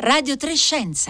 Radio 3 Scienza.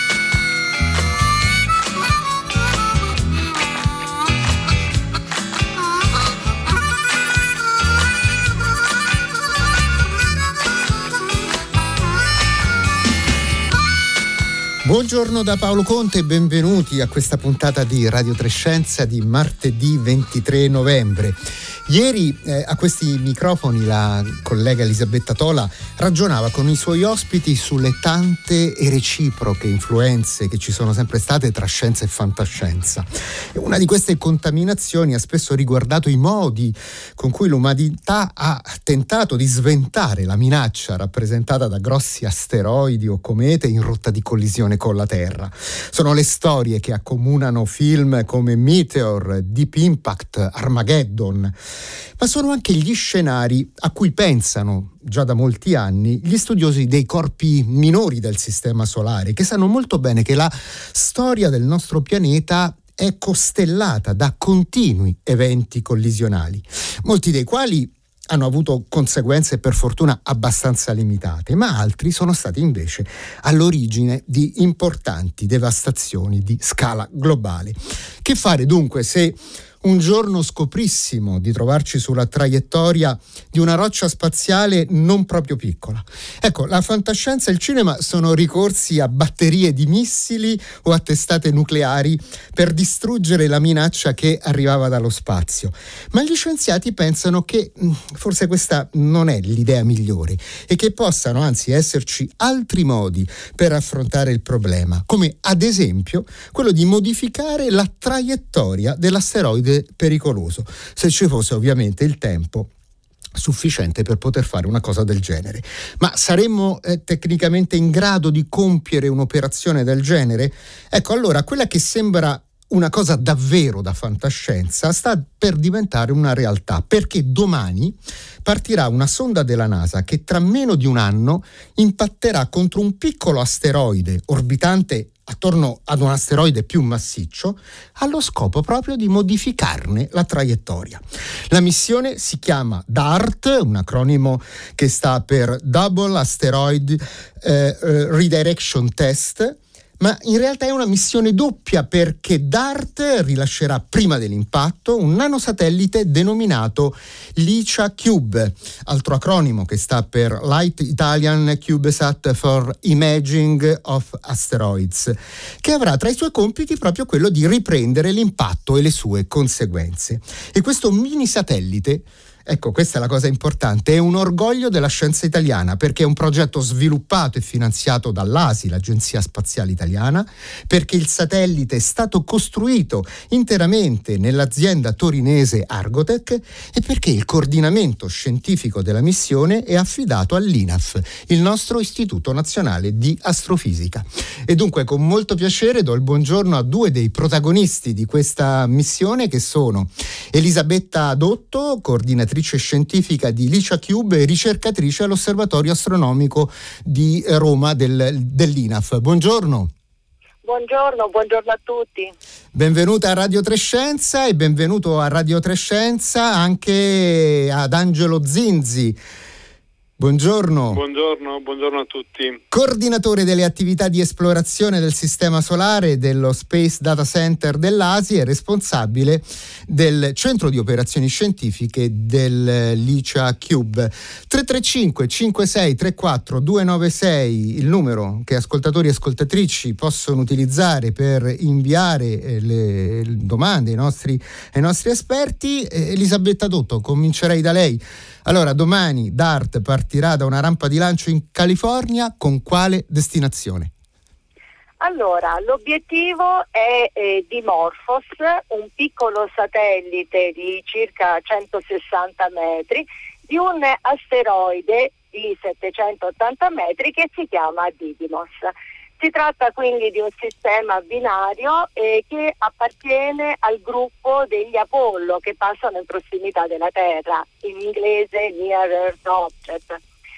Buongiorno da Paolo Conte e benvenuti a questa puntata di Radio 3 Scienza di martedì 23 novembre. Ieri a questi microfoni la collega Elisabetta Tola ragionava con i suoi ospiti sulle tante e reciproche influenze che ci sono sempre state tra scienza e fantascienza. E una di queste contaminazioni ha spesso riguardato i modi con cui l'umanità ha tentato di sventare la minaccia rappresentata da grossi asteroidi o comete in rotta di collisione con la Terra. Sono le storie che accomunano film come Meteor, Deep Impact, Armageddon, ma sono anche gli scenari a cui pensano già da molti anni gli studiosi dei corpi minori del Sistema Solare, che sanno molto bene che la storia del nostro pianeta è costellata da continui eventi collisionali, molti dei quali hanno avuto conseguenze per fortuna abbastanza limitate, ma altri sono stati invece all'origine di importanti devastazioni di scala globale. Che fare dunque se un giorno scoprissimo di trovarci sulla traiettoria di una roccia spaziale non proprio piccola? Ecco, la fantascienza e il cinema sono ricorsi a batterie di missili o a testate nucleari per distruggere la minaccia che arrivava dallo spazio. Ma gli scienziati pensano che forse questa non è l'idea migliore e che possano anzi esserci altri modi per affrontare il problema, come ad esempio quello di modificare la traiettoria dell'asteroide pericoloso, se ci fosse ovviamente il tempo sufficiente per poter fare una cosa del genere. Ma saremmo tecnicamente in grado di compiere un'operazione del genere? Ecco, allora quella che sembra una cosa davvero da fantascienza sta per diventare una realtà, perché domani partirà una sonda della NASA che tra meno di un anno impatterà contro un piccolo asteroide orbitante attorno ad un asteroide più massiccio, allo scopo proprio di modificarne la traiettoria. La missione si chiama DART, un acronimo che sta per Double Asteroid Redirection Test, ma in realtà è una missione doppia, perché DART rilascerà prima dell'impatto un nanosatellite denominato LICIA-CuBE, altro acronimo che sta per Light Italian CubeSat for Imaging of Asteroids, che avrà tra i suoi compiti proprio quello di riprendere l'impatto e le sue conseguenze. E questo mini satellite, ecco, questa è la cosa importante, è un orgoglio della scienza italiana, perché è un progetto sviluppato e finanziato dall'ASI, l'Agenzia Spaziale Italiana, perché il satellite è stato costruito interamente nell'azienda torinese Argotec e perché il coordinamento scientifico della missione è affidato all'INAF, il nostro Istituto Nazionale di Astrofisica. E dunque con molto piacere do il buongiorno a due dei protagonisti di questa missione, che sono Elisabetta Dotto, coordinatrice scientifica di LICIA-CuBE e ricercatrice all'Osservatorio Astronomico di Roma dell'INAF. Buongiorno. Buongiorno a tutti. Benvenuta a Radio 3 Scienza e benvenuto a Radio 3 Scienza anche ad Angelo Zinzi. Buongiorno. Buongiorno a tutti. Coordinatore delle attività di esplorazione del Sistema Solare dello Space Data Center dell'ASI e responsabile del Centro di Operazioni Scientifiche del LICIA-CuBE. 335 56 34 296 il numero che ascoltatori e ascoltatrici possono utilizzare per inviare le domande ai nostri esperti. Elisabetta Dotto, comincerei da lei. Allora, domani DART partirà da una rampa di lancio in California, con quale destinazione? Allora, l'obiettivo è Dimorphos, un piccolo satellite di circa 160 metri di un asteroide di 780 metri che si chiama Didymos. Si tratta quindi di un sistema binario che appartiene al gruppo degli Apollo, che passano in prossimità della Terra, in inglese Near Earth Object.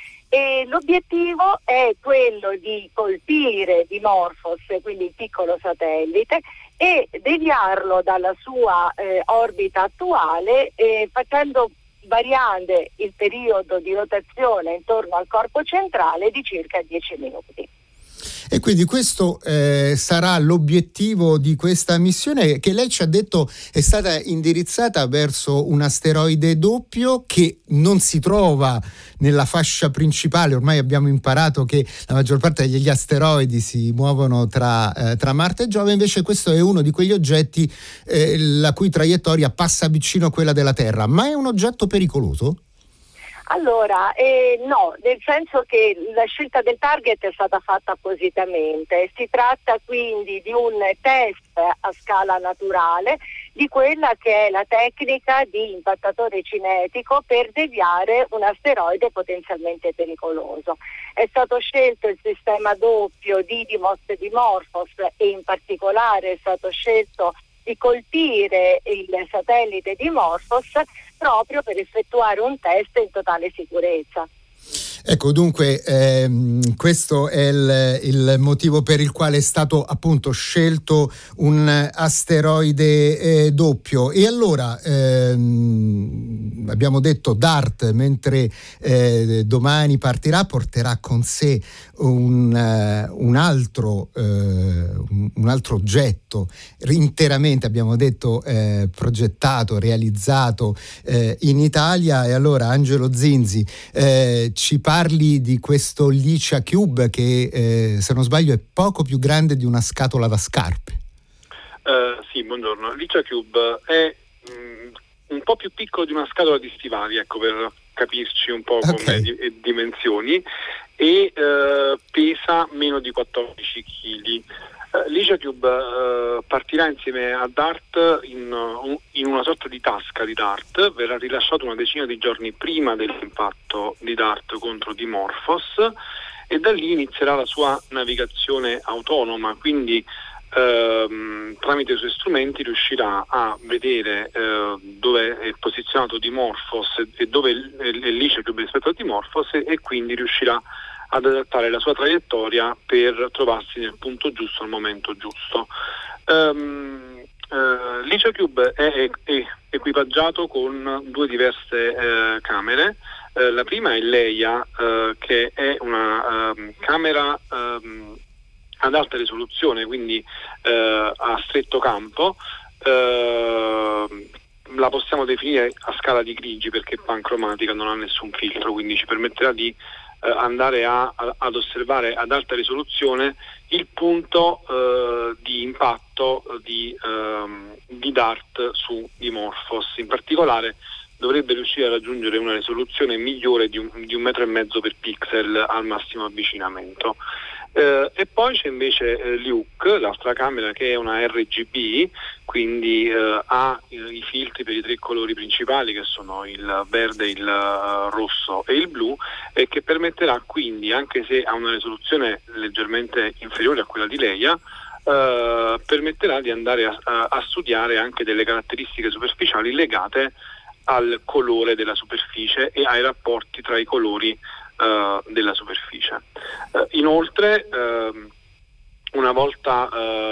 E l'obiettivo è quello di colpire Dimorphos, quindi il piccolo satellite, e deviarlo dalla sua orbita attuale, facendo variare il periodo di rotazione intorno al corpo centrale di circa 10 minuti. E quindi questo sarà l'obiettivo di questa missione, che lei ci ha detto è stata indirizzata verso un asteroide doppio che non si trova nella fascia principale. Ormai abbiamo imparato che la maggior parte degli asteroidi si muovono tra Marte e Giove, invece questo è uno di quegli oggetti la cui traiettoria passa vicino a quella della Terra. Ma è un oggetto pericoloso? Allora, no, nel senso che la scelta del target è stata fatta appositamente. Si tratta quindi di un test a scala naturale di quella che è la tecnica di impattatore cinetico per deviare un asteroide potenzialmente pericoloso. È stato scelto il sistema doppio di Dimorphos e in particolare è stato scelto di colpire il satellite Dimorphos proprio per effettuare un test in totale sicurezza. Ecco, dunque questo è il motivo per il quale è stato appunto scelto un asteroide doppio. E allora abbiamo detto DART, mentre domani porterà con sé un altro oggetto interamente, abbiamo detto, progettato, realizzato in Italia. E allora Angelo Zinzi, ci parli di questo Licia Cube che, se non sbaglio, è poco più grande di una scatola da scarpe. Sì, buongiorno. Licia Cube è un po' più piccolo di una scatola di stivali, ecco, per capirci un po' come dimensioni, e pesa meno di 14 kg. Licia Cube partirà insieme a DART in una sorta di tasca di DART, verrà rilasciato una decina di giorni prima dell'impatto di DART contro Dimorphos e da lì inizierà la sua navigazione autonoma, quindi tramite i suoi strumenti riuscirà a vedere dove è posizionato Dimorphos e dove è Licia Cube rispetto a Dimorphos e quindi riuscirà ad adattare la sua traiettoria per trovarsi nel punto giusto al momento giusto. Licia Cube è equipaggiato con due diverse camere. La prima è Leia, che è una camera ad alta risoluzione, quindi a stretto campo. La possiamo definire a scala di grigi perché è pancromatica, non ha nessun filtro, quindi ci permetterà di andare ad osservare ad alta risoluzione il punto di impatto di DART su Dimorphos. In particolare dovrebbe riuscire a raggiungere una risoluzione migliore di 1,5 metri per pixel al massimo avvicinamento. E poi c'è invece Luke, l'altra camera, che è una RGB, quindi ha i filtri per i 3 colori principali, che sono il verde, il rosso e il blu, e che permetterà quindi, anche se ha una risoluzione leggermente inferiore a quella di Leia, permetterà di andare a studiare anche delle caratteristiche superficiali legate al colore della superficie e ai rapporti tra i colori della superficie. Inoltre, una volta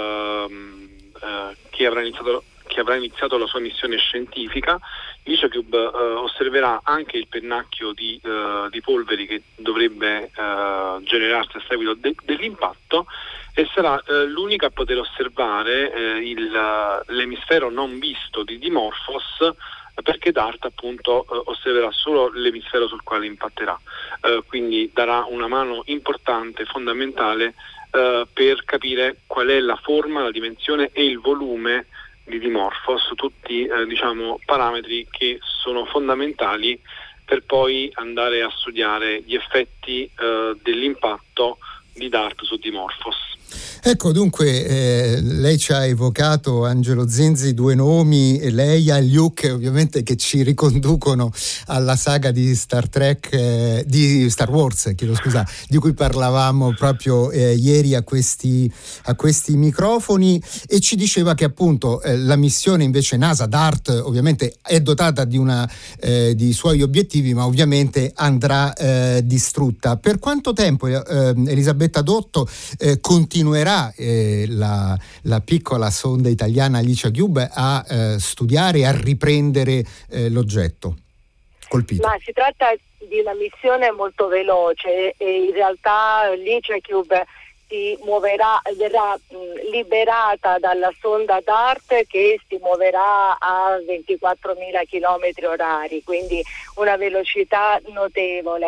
che avrà iniziato la sua missione scientifica, Licia Cube osserverà anche il pennacchio di polveri che dovrebbe generarsi a seguito dell'impatto e sarà l'unica a poter osservare l'emisfero non visto di Dimorphos, perché DART appunto osserverà solo l'emisfero sul quale impatterà, quindi darà una mano importante, fondamentale, per capire qual è la forma, la dimensione e il volume di Dimorphos, tutti parametri che sono fondamentali per poi andare a studiare gli effetti dell'impatto di DART su Dimorphos. Ecco, dunque lei ci ha evocato, Angelo Zinzi, due nomi, Leia e Luke, ovviamente, che ci riconducono alla saga di Star Trek, di Star Wars, di cui parlavamo proprio ieri a questi microfoni, e ci diceva che appunto la missione invece NASA DART ovviamente è dotata di suoi obiettivi, ma ovviamente andrà distrutta. Per quanto tempo Elisabetta Dotto continuerà la piccola sonda italiana Licia Cube a studiare e a riprendere l'oggetto colpito? Ma si tratta di una missione molto veloce e in realtà Licia Cube si muoverà, verrà liberata dalla sonda DART, che si muoverà a 24.000 km/h, quindi una velocità notevole.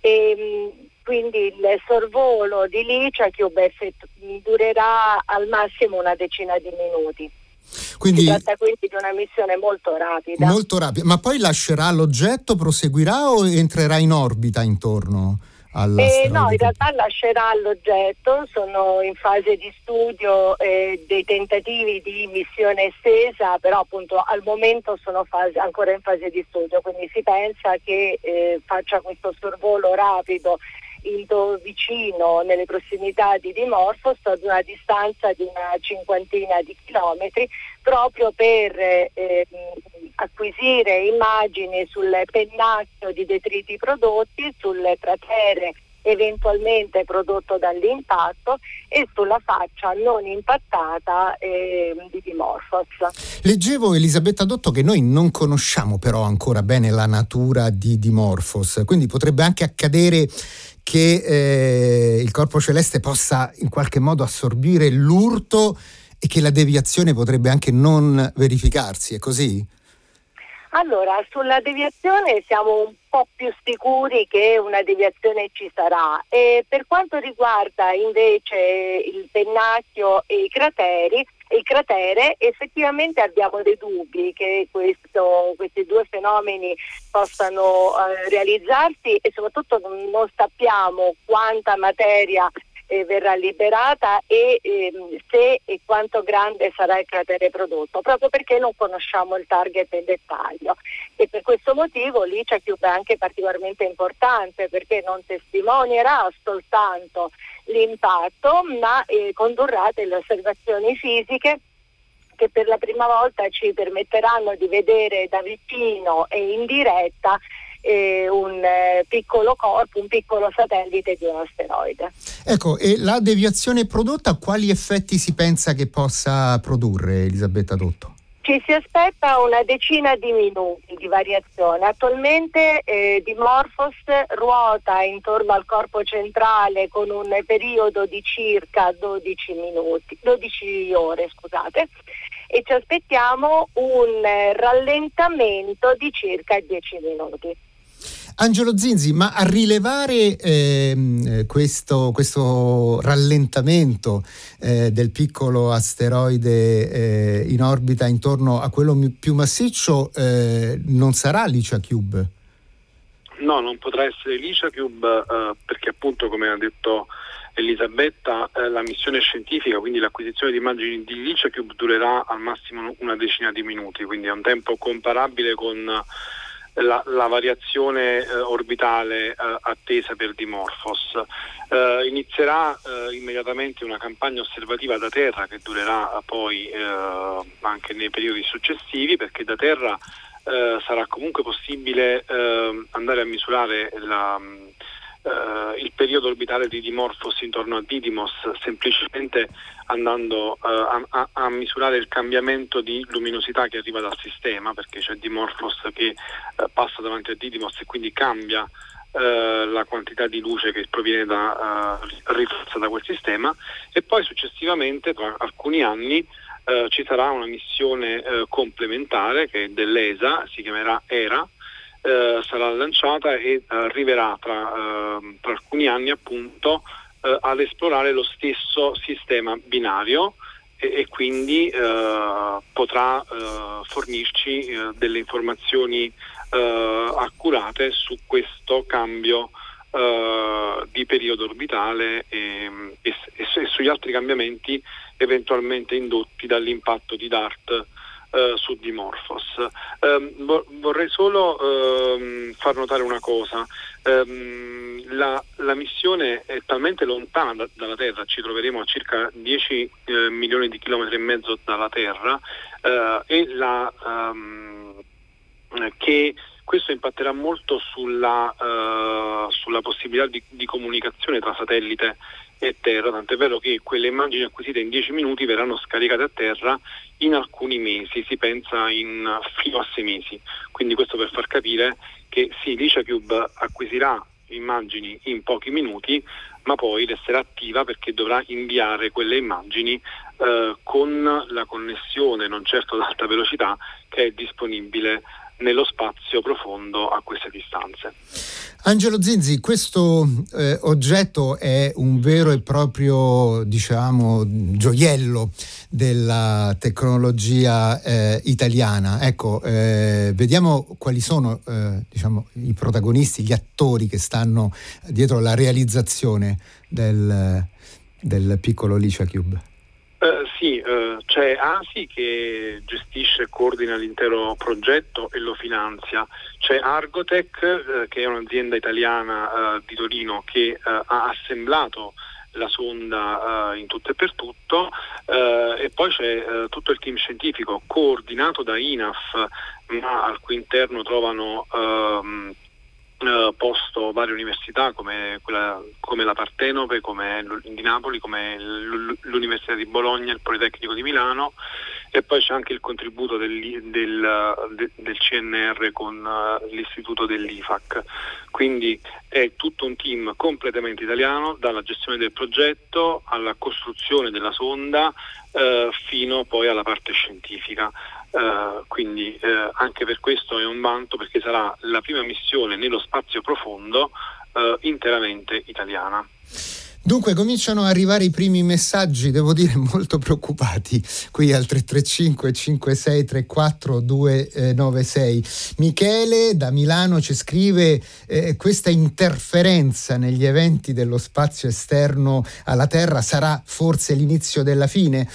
Quindi il sorvolo di LiCiaCube durerà al massimo una decina di minuti. Quindi, si tratta quindi di una missione molto rapida. Molto rapida, ma poi lascerà l'oggetto, proseguirà o entrerà in orbita intorno all'asteroide? No, in realtà lascerà l'oggetto, sono in fase di studio dei tentativi di missione estesa, però appunto al momento sono ancora in fase di studio, quindi si pensa che faccia questo sorvolo rapido vicino, nelle prossimità di Dimorphos, ad una distanza di una cinquantina di chilometri, proprio per acquisire immagini sul pennacchio di detriti prodotti, sul cratere eventualmente prodotto dall'impatto e sulla faccia non impattata di Dimorphos. Leggevo, Elisabetta Dotto, che noi non conosciamo però ancora bene la natura di Dimorphos, quindi potrebbe anche accadere che il corpo celeste possa in qualche modo assorbire l'urto e che la deviazione potrebbe anche non verificarsi, è così? Allora, sulla deviazione siamo un po' più sicuri che una deviazione ci sarà, e per quanto riguarda invece il pennacchio e il cratere, effettivamente abbiamo dei dubbi che questi due fenomeni possano realizzarsi, e soprattutto non sappiamo quanta materia verrà liberata e se e quanto grande sarà il cratere prodotto, proprio perché non conosciamo il target in dettaglio. E per questo motivo LiCiaCube è anche particolarmente importante, perché non testimonierà soltanto l'impatto, ma condurrà delle osservazioni fisiche che per la prima volta ci permetteranno di vedere da vicino e in diretta un piccolo corpo, un piccolo satellite di un asteroide. Ecco, e la deviazione prodotta, quali effetti si pensa che possa produrre, Elisabetta Dotto? Ci si aspetta una decina di minuti di variazione. Attualmente Dimorphos ruota intorno al corpo centrale con un periodo di circa 12 ore, e ci aspettiamo un rallentamento di circa 10 minuti. Angelo Zinzi, ma a rilevare questo rallentamento del piccolo asteroide in orbita intorno a quello più massiccio, non sarà LiCiaCube? No, non potrà essere LiCiaCube perché appunto, come ha detto Elisabetta, la missione scientifica, quindi l'acquisizione di immagini di LiCiaCube, durerà al massimo una decina di minuti, quindi è un tempo comparabile con la variazione orbitale attesa per Dimorphos. Inizierà immediatamente una campagna osservativa da Terra, che durerà poi anche nei periodi successivi, perché da Terra sarà comunque possibile andare a misurare il periodo orbitale di Dimorphos intorno a Didymos, semplicemente andando a misurare il cambiamento di luminosità che arriva dal sistema, perché c'è Dimorphos che passa davanti a Didymos e quindi cambia la quantità di luce che proviene riflessa da quel sistema, e poi successivamente, tra alcuni anni, ci sarà una missione complementare che è dell'ESA, si chiamerà ERA, sarà lanciata e arriverà tra alcuni anni appunto ad esplorare lo stesso sistema binario e quindi potrà fornirci delle informazioni accurate su questo cambio di periodo orbitale e sugli altri cambiamenti eventualmente indotti dall'impatto di DART su Dimorphos. Vorrei solo far notare una cosa. La missione è talmente lontana dalla Terra, ci troveremo a circa 10 milioni di chilometri e mezzo dalla Terra, che questo impatterà molto sulla possibilità di comunicazione tra satellite e Terra, tant'è vero che quelle immagini acquisite in 10 minuti verranno scaricate a Terra in alcuni mesi, si pensa fino a 6 mesi. Quindi questo per far capire che sì, LiCiaCube acquisirà immagini in pochi minuti, ma poi resterà attiva perché dovrà inviare quelle immagini con la connessione non certo ad alta velocità che è disponibile nello spazio profondo a queste distanze. Angelo Zinzi, questo oggetto è un vero e proprio, gioiello della tecnologia italiana. Ecco, vediamo quali sono i protagonisti, gli attori che stanno dietro la realizzazione del piccolo Licia Cube. C'è ASI che gestisce e coordina l'intero progetto e lo finanzia, c'è Argotec che è un'azienda italiana di Torino che ha assemblato la sonda in tutto e per tutto, e poi c'è tutto il team scientifico coordinato da INAF, ma al cui interno trovano posto varie università come la Partenope, come di Napoli, come l'Università di Bologna, il Politecnico di Milano, e poi c'è anche il contributo del CNR con l'istituto dell'IFAC. Quindi è tutto un team completamente italiano, dalla gestione del progetto alla costruzione della sonda fino poi alla parte scientifica. Quindi anche per questo è un vanto, perché sarà la prima missione nello spazio profondo interamente italiana. Dunque cominciano a arrivare i primi messaggi, devo dire molto preoccupati, qui al 335 5634 296. Michele da Milano ci scrive questa interferenza negli eventi dello spazio esterno alla Terra sarà forse l'inizio della fine?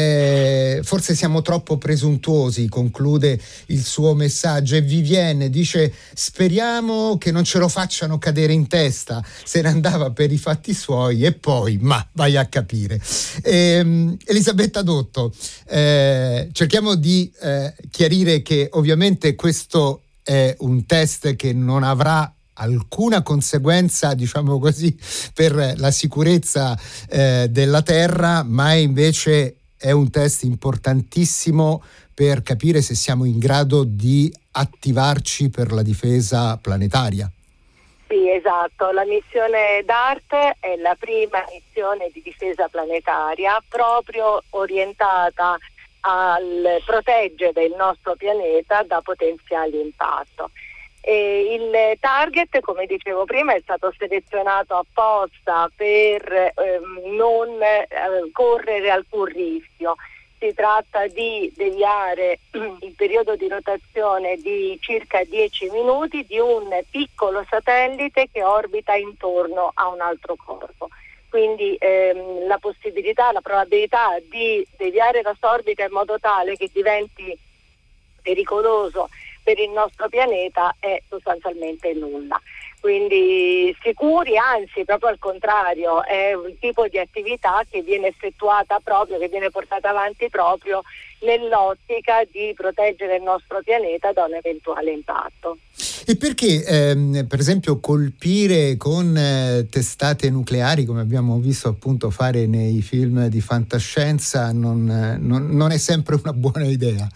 Forse siamo troppo presuntuosi, conclude il suo messaggio. E Vivienne dice: speriamo che non ce lo facciano cadere in testa, se ne andava per i fatti suoi e poi, ma vai a capire. Elisabetta Dotto, cerchiamo di chiarire che ovviamente questo è un test che non avrà alcuna conseguenza, diciamo così, per la sicurezza della Terra, ma invece è un test importantissimo per capire se siamo in grado di attivarci per la difesa planetaria. Sì, esatto. La missione DART è la prima missione di difesa planetaria proprio orientata al proteggere il nostro pianeta da potenziali impatto. E il target, come dicevo prima, è stato selezionato apposta per non correre alcun rischio. Si tratta di deviare il periodo di rotazione di circa 10 minuti di un piccolo satellite che orbita intorno a un altro corpo. Quindi la probabilità di deviare la sua orbita in modo tale che diventi pericoloso per il nostro pianeta è sostanzialmente nulla. Quindi sicuri, anzi proprio al contrario, è un tipo di attività che viene effettuata proprio, che viene portata avanti proprio nell'ottica di proteggere il nostro pianeta da un eventuale impatto. E perché per esempio colpire con testate nucleari, come abbiamo visto appunto fare nei film di fantascienza, non è sempre una buona idea?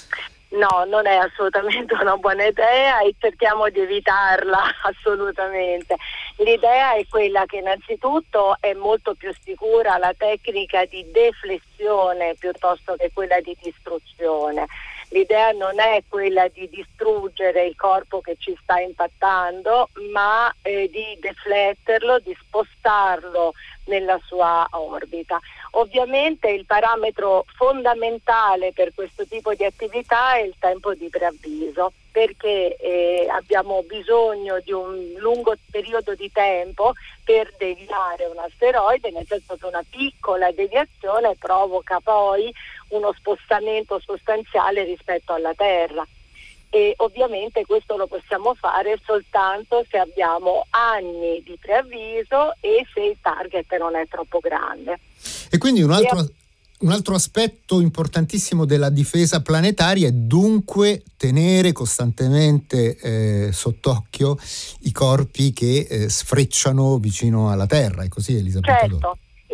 No, non è assolutamente una buona idea e cerchiamo di evitarla assolutamente. L'idea è quella che innanzitutto è molto più sicura la tecnica di deflessione piuttosto che quella di distruzione. L'idea non è quella di distruggere il corpo che ci sta impattando, ma di defletterlo, di spostarlo nella sua orbita. Ovviamente il parametro fondamentale per questo tipo di attività è il tempo di preavviso, perché abbiamo bisogno di un lungo periodo di tempo per deviare un asteroide, nel senso che una piccola deviazione provoca poi uno spostamento sostanziale rispetto alla Terra. E ovviamente questo lo possiamo fare soltanto se abbiamo anni di preavviso e se il target non è troppo grande. E quindi un altro aspetto importantissimo della difesa planetaria è dunque tenere costantemente sott'occhio i corpi che sfrecciano vicino alla Terra. È così, Elisabetta? Certo.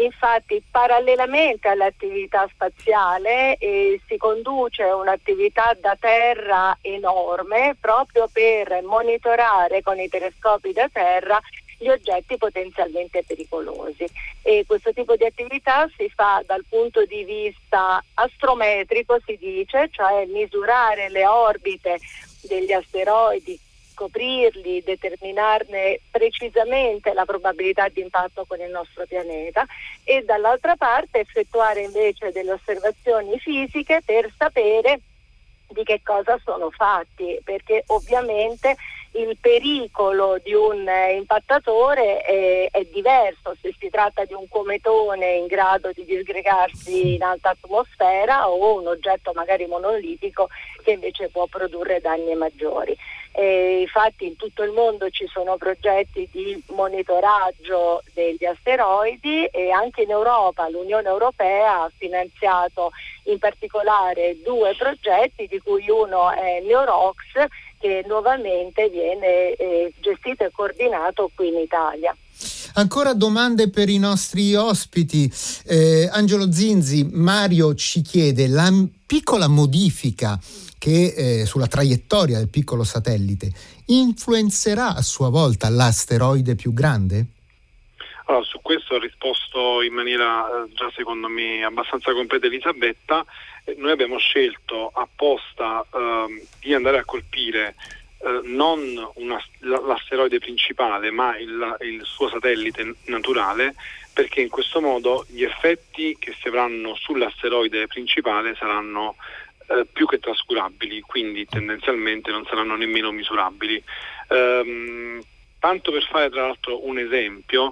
Infatti, parallelamente all'attività spaziale si conduce un'attività da terra enorme proprio per monitorare con i telescopi da terra gli oggetti potenzialmente pericolosi, e questo tipo di attività si fa dal punto di vista astrometrico, si dice, cioè misurare le orbite degli asteroidi, scoprirli, determinarne precisamente la probabilità di impatto con il nostro pianeta, e dall'altra parte effettuare invece delle osservazioni fisiche per sapere di che cosa sono fatti, perché ovviamente il pericolo di un impattatore è diverso se si tratta di un cometone in grado di disgregarsi in alta atmosfera o un oggetto magari monolitico che invece può produrre danni maggiori. Infatti in tutto il mondo ci sono progetti di monitoraggio degli asteroidi, e anche in Europa l'Unione Europea ha finanziato in particolare 2 progetti, di cui uno è NEOROX, che nuovamente viene gestito e coordinato qui in Italia. Ancora domande per i nostri ospiti. Angelo Zinzi, Mario ci chiede: la piccola modifica che sulla traiettoria del piccolo satellite influenzerà a sua volta l'asteroide più grande? Allora, su questo ha risposto in maniera già secondo me abbastanza completa Elisabetta. Noi abbiamo scelto apposta di andare a colpire non l'asteroide principale, ma il suo satellite naturale, perché in questo modo gli effetti che si avranno sull'asteroide principale saranno più che trascurabili, quindi tendenzialmente non saranno nemmeno misurabili. Tanto per fare tra l'altro un esempio,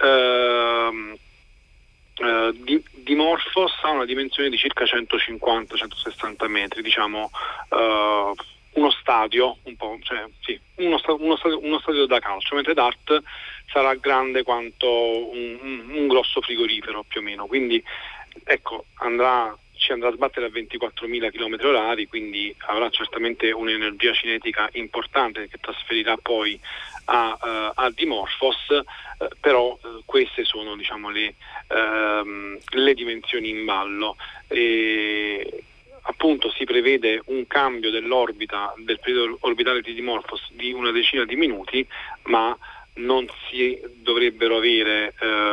Dimorphos ha una dimensione di circa 150-160 metri, diciamo uno stadio, un po', cioè, sì, uno stadio da calcio, mentre DART sarà grande quanto un grosso frigorifero più o meno, quindi ecco, ci andrà a sbattere a 24.000 km/h, quindi avrà certamente un'energia cinetica importante che trasferirà poi a Dimorphos, però queste sono, diciamo, le dimensioni in ballo. E appunto si prevede un cambio dell'orbita, del periodo orbitale di Dimorphos di una decina di minuti, ma non si dovrebbero avere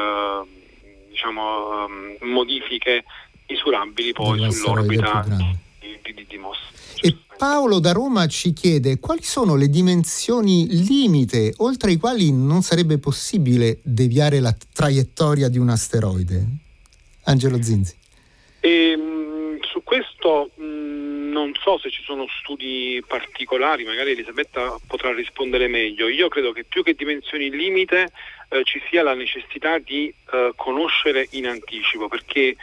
modifiche misurabili poi sull'orbita di Dimorphos. E Paolo da Roma ci chiede: quali sono le dimensioni limite oltre i quali non sarebbe possibile deviare la traiettoria di un asteroide? Angelo Zinzi. Su questo non so se ci sono studi particolari, magari Elisabetta potrà rispondere meglio. Io credo che più che dimensioni limite ci sia la necessità di conoscere in anticipo, perché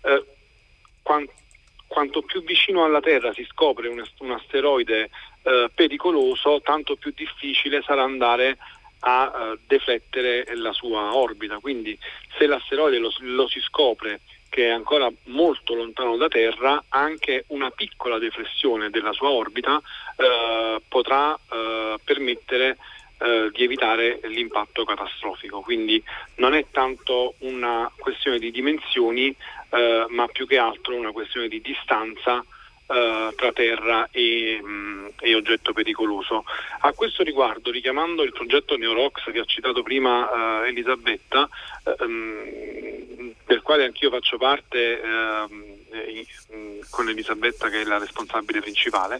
quanto più vicino alla Terra si scopre un asteroide pericoloso, tanto più difficile sarà andare a deflettere la sua orbita. Quindi se l'asteroide lo si scopre che è ancora molto lontano da Terra, anche una piccola deflessione della sua orbita potrà permettere di evitare l'impatto catastrofico. Quindi non è tanto una questione di dimensioni, ma più che altro una questione di distanza tra terra e oggetto pericoloso. A questo riguardo, richiamando il progetto NEOROX che ha citato prima Elisabetta, del quale anch'io faccio parte con Elisabetta, che è la responsabile principale,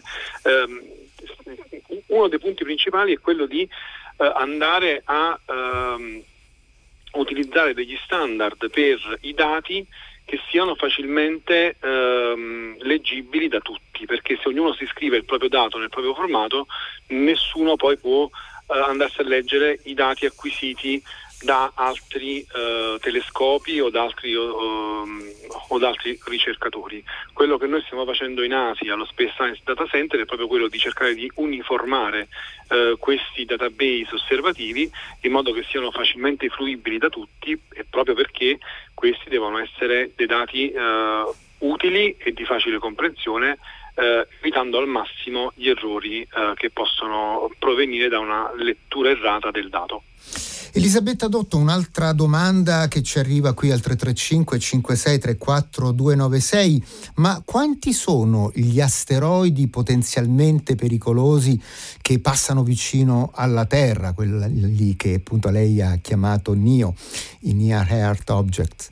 uno dei punti principali è quello di andare a utilizzare degli standard per i dati che siano facilmente leggibili da tutti, perché se ognuno si scrive il proprio dato nel proprio formato, nessuno poi può andarsi a leggere i dati acquisiti da altri telescopi o da altri ricercatori. Quello che noi stiamo facendo in Asia, allo Space Science Data Center, è proprio quello di cercare di uniformare questi database osservativi in modo che siano facilmente fruibili da tutti, e proprio perché questi devono essere dei dati utili e di facile comprensione, evitando al massimo gli errori che possono provenire da una lettura errata del dato. Elisabetta Dotto, un'altra domanda che ci arriva qui al 335 5634 296, ma quanti sono gli asteroidi potenzialmente pericolosi che passano vicino alla Terra, quelli che appunto lei ha chiamato NEO, i Near Earth Objects?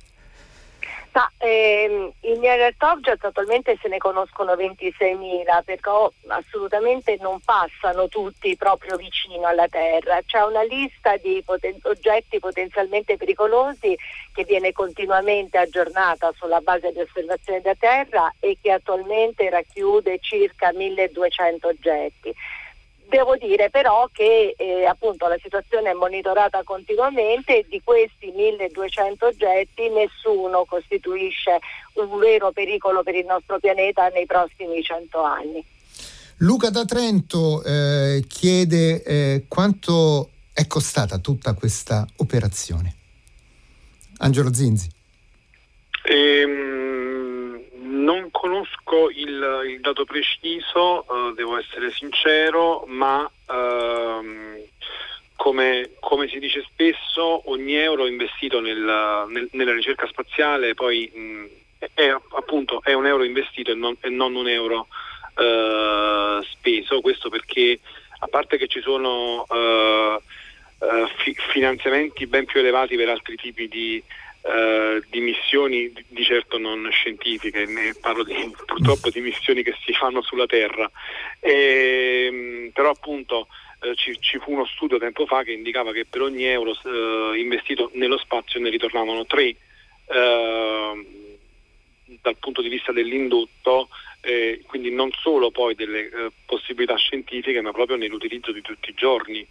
I Near Earth Object attualmente se ne conoscono 26.000, però assolutamente non passano tutti proprio vicino alla Terra. C'è una lista di oggetti potenzialmente pericolosi che viene continuamente aggiornata sulla base di osservazioni da Terra e che attualmente racchiude circa 1.200 oggetti. Devo dire però che appunto la situazione è monitorata continuamente e di questi 1.200 oggetti nessuno costituisce un vero pericolo per il nostro pianeta nei prossimi 100 anni. Luca da Trento chiede quanto è costata tutta questa operazione. Angelo Zinzi. Non conosco il dato preciso, devo essere sincero, ma come si dice spesso, ogni euro investito nella ricerca spaziale poi è un euro investito e non un euro speso. Questo perché, a parte che ci sono finanziamenti ben più elevati per altri tipi di missioni, di certo non scientifiche, ne parlo purtroppo di missioni che si fanno sulla Terra, però appunto ci fu uno studio tempo fa che indicava che per ogni euro investito nello spazio ne ritornavano 3 dal punto di vista dell'indotto, quindi non solo poi delle possibilità scientifiche, ma proprio nell'utilizzo di tutti i giorni.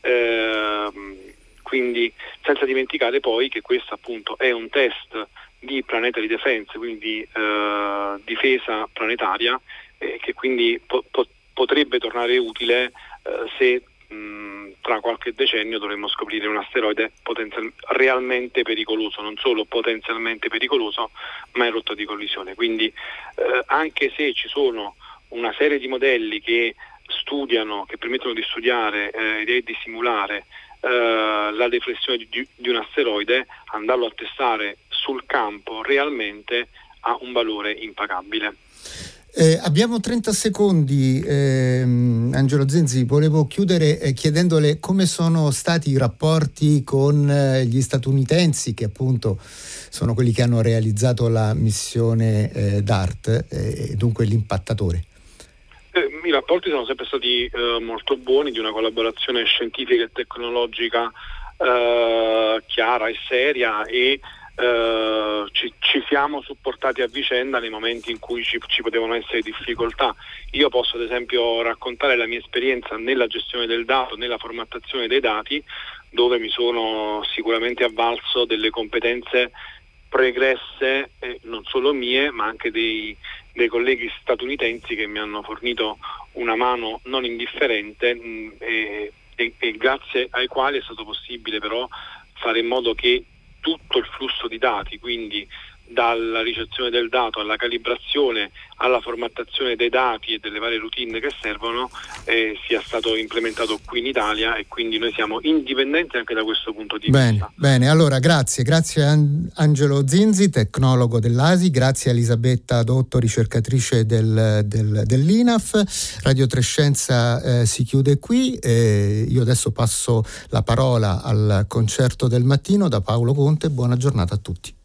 Quindi senza dimenticare poi che questo appunto è un test di planetary defense, quindi difesa planetaria, che quindi potrebbe tornare utile se tra qualche decennio dovremmo scoprire un asteroide realmente pericoloso, non solo potenzialmente pericoloso, ma in rotta di collisione. Quindi anche se ci sono una serie di modelli che permettono di studiare e di simulare la deflessione di un asteroide, andarlo a testare sul campo realmente ha un valore impagabile. Abbiamo 30 secondi, Angelo Zinzi, volevo chiudere chiedendole come sono stati i rapporti con gli statunitensi, che appunto sono quelli che hanno realizzato la missione DART, e dunque l'impattatore. I rapporti sono sempre stati molto buoni, di una collaborazione scientifica e tecnologica chiara e seria, e ci siamo supportati a vicenda nei momenti in cui ci potevano essere difficoltà. Io posso ad esempio raccontare la mia esperienza nella gestione del dato, nella formattazione dei dati, dove mi sono sicuramente avvalso delle competenze pregresse, non solo mie, ma anche dei colleghi statunitensi che mi hanno fornito una mano non indifferente, e grazie ai quali è stato possibile però fare in modo che tutto il flusso di dati, quindi dalla ricezione del dato alla calibrazione, alla formattazione dei dati e delle varie routine che servono, sia stato implementato qui in Italia, e quindi noi siamo indipendenti anche da questo punto di vista. Bene, allora grazie a Angelo Zinzi, tecnologo dell'ASI, grazie a Elisabetta Dotto, ricercatrice dell'INAF. Radio Trescenza si chiude qui, io adesso passo la parola al concerto del mattino da Paolo Conte. Buona giornata a tutti.